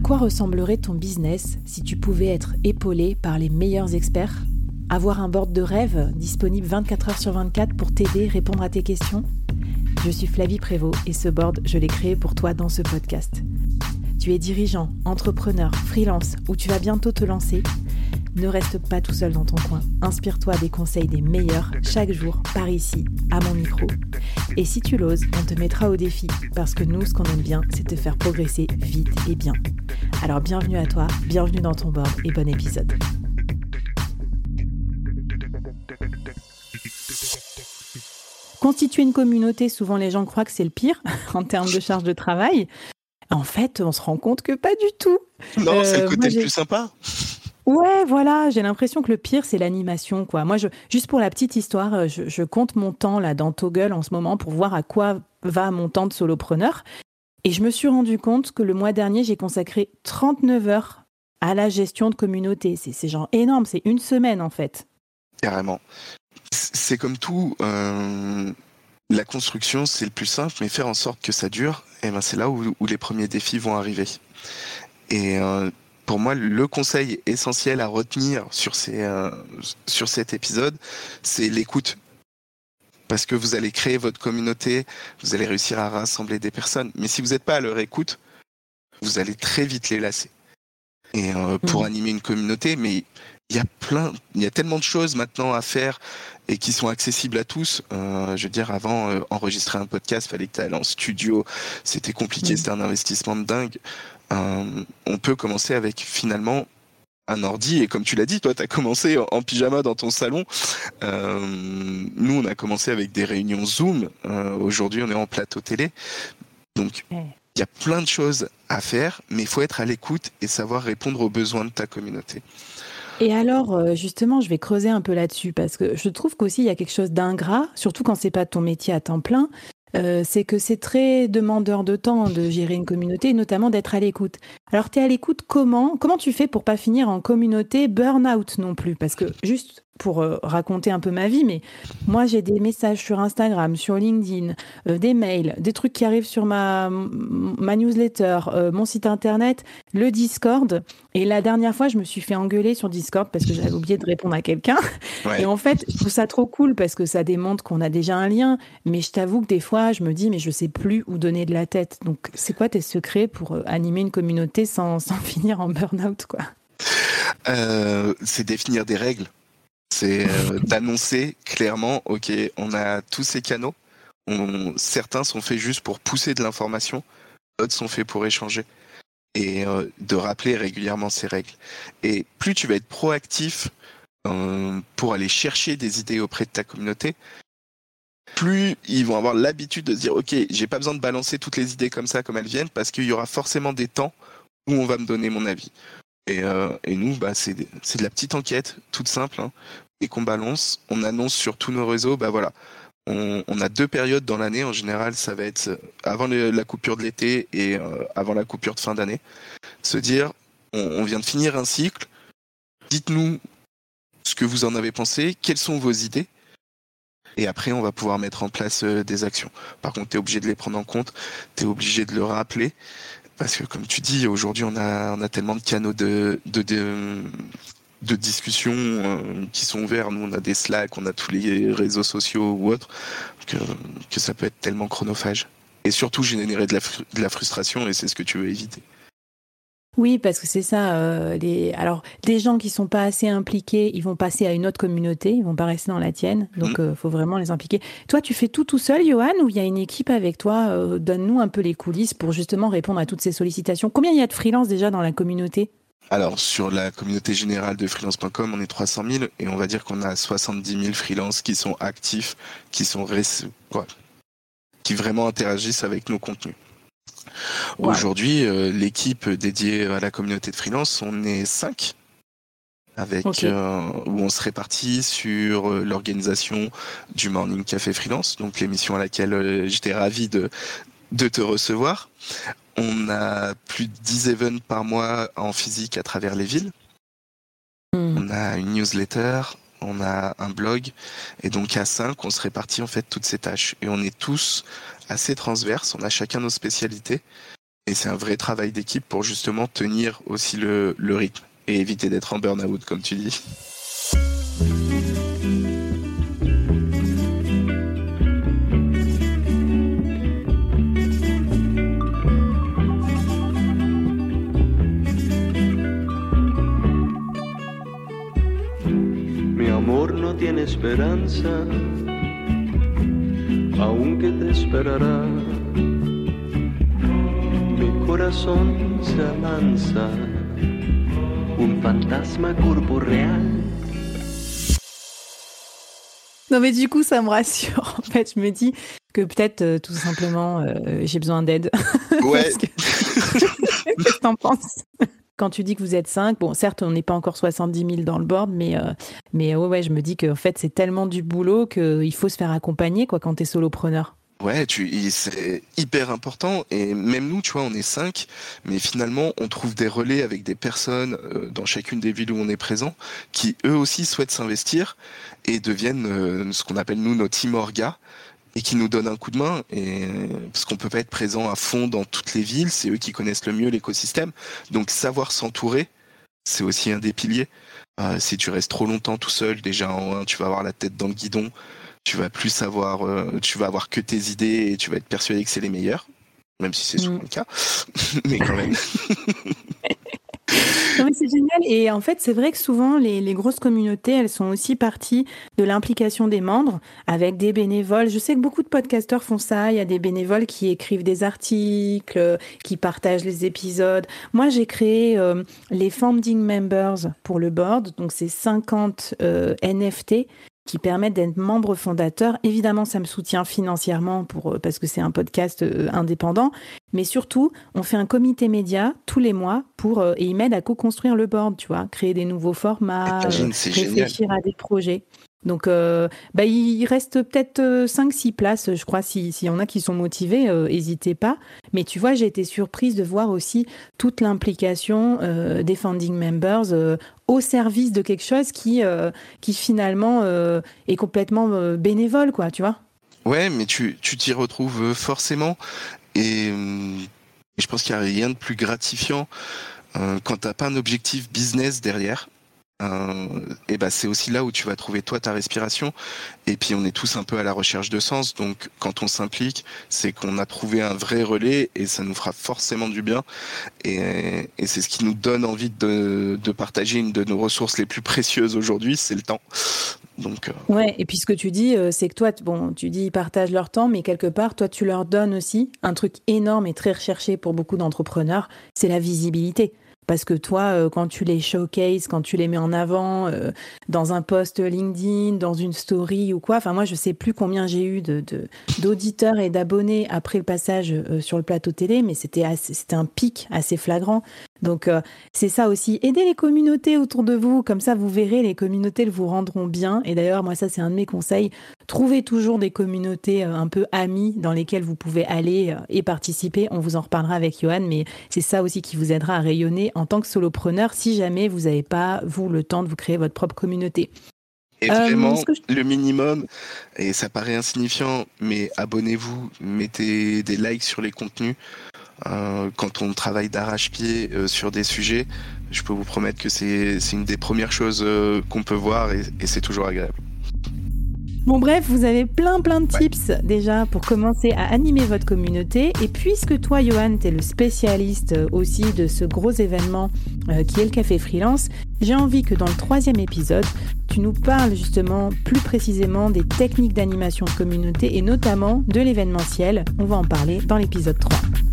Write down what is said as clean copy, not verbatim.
quoi ressemblerait ton business si tu pouvais être épaulé par les meilleurs experts ? Avoir un board de rêve disponible 24 heures sur 24 pour t'aider, répondre à tes questions ? Je suis Flavie Prévost et ce board, je l'ai créé pour toi dans ce podcast. Tu es dirigeant, entrepreneur, freelance ou tu vas bientôt te lancer ? Ne reste pas tout seul dans ton coin. Inspire-toi des conseils des meilleurs chaque jour par ici, à mon micro. Et si tu l'oses, on te mettra au défi parce que nous, ce qu'on aime bien, c'est te faire progresser vite et bien. Alors bienvenue à toi, bienvenue dans ton board et bon épisode. Constituer une communauté, souvent les gens croient que c'est le pire en termes de charge de travail. En fait, on se rend compte que pas du tout. Non, c'est le côté le plus sympa. Ouais, voilà, j'ai l'impression que le pire, c'est l'animation, quoi. Moi, juste pour la petite histoire, je compte mon temps là dans Toggle en ce moment pour voir à quoi va mon temps de solopreneur. Et je me suis rendu compte que le mois dernier, j'ai consacré 39 heures à la gestion de communauté. C'est genre énorme, c'est une semaine en fait. Carrément. C'est comme tout, la construction, c'est le plus simple, mais faire en sorte que ça dure, c'est là où les premiers défis vont arriver. Et pour moi, le conseil essentiel à retenir sur cet épisode, c'est l'écoute. Parce que vous allez créer votre communauté, vous allez réussir à rassembler des personnes. Mais si vous n'êtes pas à leur écoute, vous allez très vite les lasser. Et pour animer une communauté, mais il y a tellement de choses maintenant à faire et qui sont accessibles à tous. Je veux dire, avant, enregistrer un podcast, fallait que tu ailles en studio. C'était compliqué, c'était un investissement de dingue. On peut commencer avec finalement un ordi, et comme tu l'as dit, toi, tu as commencé en pyjama dans ton salon. Nous, on a commencé avec des réunions Zoom. Aujourd'hui, on est en plateau télé. Donc, il y a plein de choses à faire, mais il faut être à l'écoute et savoir répondre aux besoins de ta communauté. Et alors, justement, je vais creuser un peu là-dessus, parce que je trouve qu'aussi, il y a quelque chose d'ingrat, surtout quand c'est pas ton métier à temps plein, c'est que c'est très demandeur de temps de gérer une communauté, et notamment d'être à l'écoute. Alors, tu es à l'écoute comment tu fais pour pas finir en communauté burn-out non plus ? Parce que, juste pour raconter un peu ma vie, mais moi, j'ai des messages sur Instagram, sur LinkedIn, des mails, des trucs qui arrivent sur ma newsletter, mon site internet, le Discord. Et la dernière fois, je me suis fait engueuler sur Discord parce que j'avais oublié de répondre à quelqu'un. Ouais. Et en fait, je trouve ça trop cool parce que ça démontre qu'on a déjà un lien. Mais je t'avoue que des fois, je me dis, mais je sais plus où donner de la tête. Donc, c'est quoi tes secrets pour animer une communauté sans finir en burn-out, quoi ? C'est définir des règles. C'est d'annoncer clairement, ok, on a tous ces canaux. Certains sont faits juste pour pousser de l'information, d'autres sont faits pour échanger. Et de rappeler régulièrement ces règles. Et plus tu vas être proactif pour aller chercher des idées auprès de ta communauté, plus ils vont avoir l'habitude de se dire, ok, j'ai pas besoin de balancer toutes les idées comme ça, comme elles viennent, parce qu'il y aura forcément des temps où on va me donner mon avis. Et nous, c'est de la petite enquête, toute simple, et qu'on balance. On annonce sur tous nos réseaux, voilà. On a 2 périodes dans l'année. En général, ça va être avant la coupure de l'été et avant la coupure de fin d'année. Se dire, on vient de finir un cycle. Dites-nous ce que vous en avez pensé, quelles sont vos idées. Et après, on va pouvoir mettre en place des actions. Par contre, tu es obligé de les prendre en compte. Tu es obligé de le rappeler. Parce que comme tu dis, aujourd'hui, on a tellement de canaux de discussion qui sont ouverts. Nous, on a des Slack, on a tous les réseaux sociaux ou autres, que ça peut être tellement chronophage. Et surtout générer de la frustration, et c'est ce que tu veux éviter. Oui, parce que c'est ça. Alors, des gens qui sont pas assez impliqués, ils vont passer à une autre communauté, ils vont pas rester dans la tienne. Donc, faut vraiment les impliquer. Toi, tu fais tout seul, Johan, ou il y a une équipe avec toi ? Donne-nous un peu les coulisses pour justement répondre à toutes ces sollicitations. Combien il y a de freelance déjà dans la communauté ? Alors, sur la communauté générale de freelance.com, on est 300 000 et on va dire qu'on a 70 000 freelances qui sont actifs, qui vraiment interagissent avec nos contenus. Wow. Aujourd'hui, l'équipe dédiée à la communauté de freelance, on est 5, avec où on se répartit sur l'organisation du Morning Café Freelance, donc l'émission à laquelle j'étais ravi de te recevoir. On a plus de 10 events par mois en physique à travers les villes. On a une newsletter, on a un blog, et donc à 5, on se répartit en fait toutes ces tâches. Et on est tous assez transverses, on a chacun nos spécialités, Et c'est un vrai travail d'équipe pour justement tenir aussi le rythme et éviter d'être en burn-out, comme tu dis. Mi amor no tiene esperanza, aunque te esperará. Mi corazón se alanza, un fantasma corporeal. Non mais du coup ça me rassure. En fait je me dis que peut-être tout simplement j'ai besoin d'aide. Ouais. Qu'est-ce que t'en penses ? Quand tu dis que vous êtes 5, bon certes on n'est pas encore 70 000 dans le board, mais ouais je me dis qu'en fait c'est tellement du boulot qu'il faut se faire accompagner quoi quand t'es solopreneur. Ouais, c'est hyper important. Et même nous, tu vois, on est 5, mais finalement, on trouve des relais avec des personnes dans chacune des villes où on est présent, qui eux aussi souhaitent s'investir et deviennent ce qu'on appelle nous nos team orga, et qui nous donnent un coup de main. Et parce qu'on peut pas être présent à fond dans toutes les villes, c'est eux qui connaissent le mieux l'écosystème. Donc savoir s'entourer, c'est aussi un des piliers. Si tu restes trop longtemps tout seul, déjà en 1, tu vas avoir la tête dans le guidon. Tu vas plus savoir, tu vas avoir que tes idées et tu vas être persuadé que c'est les meilleurs, même si c'est souvent le cas, mais quand même. Non, mais c'est génial. Et en fait, c'est vrai que souvent, les grosses communautés, elles sont aussi parties de l'implication des membres avec des bénévoles. Je sais que beaucoup de podcasteurs font ça. Il y a des bénévoles qui écrivent des articles, qui partagent les épisodes. Moi, j'ai créé les Founding Members pour le board. Donc, c'est 50 NFT qui permettent d'être membre fondateur. Évidemment, ça me soutient financièrement parce que c'est un podcast indépendant. Mais surtout, on fait un comité média tous les mois et ils m'aident à co-construire le board, tu vois, créer des nouveaux formats, réfléchir génial. À des projets. Donc, il reste peut-être 5-6 places, je crois. S'il y en a qui sont motivés, n'hésitez pas. Mais tu vois, j'ai été surprise de voir aussi toute l'implication des founding members au service de quelque chose qui finalement est complètement bénévole, quoi, tu vois. Ouais, mais tu t'y retrouves forcément. Et je pense qu'il n'y a rien de plus gratifiant quand tu n'as pas un objectif business derrière. Et c'est aussi là où tu vas trouver toi ta respiration. Et puis on est tous un peu à la recherche de sens, donc quand on s'implique, c'est qu'on a trouvé un vrai relais et ça nous fera forcément du bien. Et c'est ce qui nous donne envie de partager une de nos ressources les plus précieuses aujourd'hui, c'est le temps. Donc ouais, et puis ce que tu dis, c'est que toi, tu dis ils partagent leur temps, mais quelque part, toi, tu leur donnes aussi un truc énorme et très recherché pour beaucoup d'entrepreneurs, c'est la visibilité. Parce que toi, quand tu les showcases, quand tu les mets en avant dans un post LinkedIn, dans une story ou quoi, enfin moi je sais plus combien j'ai eu d'auditeurs et d'abonnés après le passage sur le plateau télé, mais c'était un pic assez flagrant. Donc c'est ça aussi, aidez les communautés autour de vous, comme ça vous verrez, les communautés vous rendront bien. Et d'ailleurs moi ça c'est un de mes conseils, trouvez toujours des communautés un peu amies dans lesquelles vous pouvez aller et participer. On vous en reparlera avec Johan, mais c'est ça aussi qui vous aidera à rayonner en tant que solopreneur si jamais vous n'avez pas, vous, le temps de vous créer votre propre communauté. Et vraiment, le minimum, et ça paraît insignifiant, mais abonnez-vous, mettez des likes sur les contenus. Quand on travaille d'arrache-pied sur des sujets, je peux vous promettre que c'est une des premières choses qu'on peut voir et c'est toujours agréable. Bon bref, vous avez plein de tips déjà pour commencer à animer votre communauté. Et puisque toi, Johan, t'es le spécialiste aussi de ce gros événement qui est le Café Freelance, j'ai envie que dans le 3e épisode, tu nous parles justement plus précisément des techniques d'animation de communauté et notamment de l'événementiel. On va en parler dans l'épisode 3.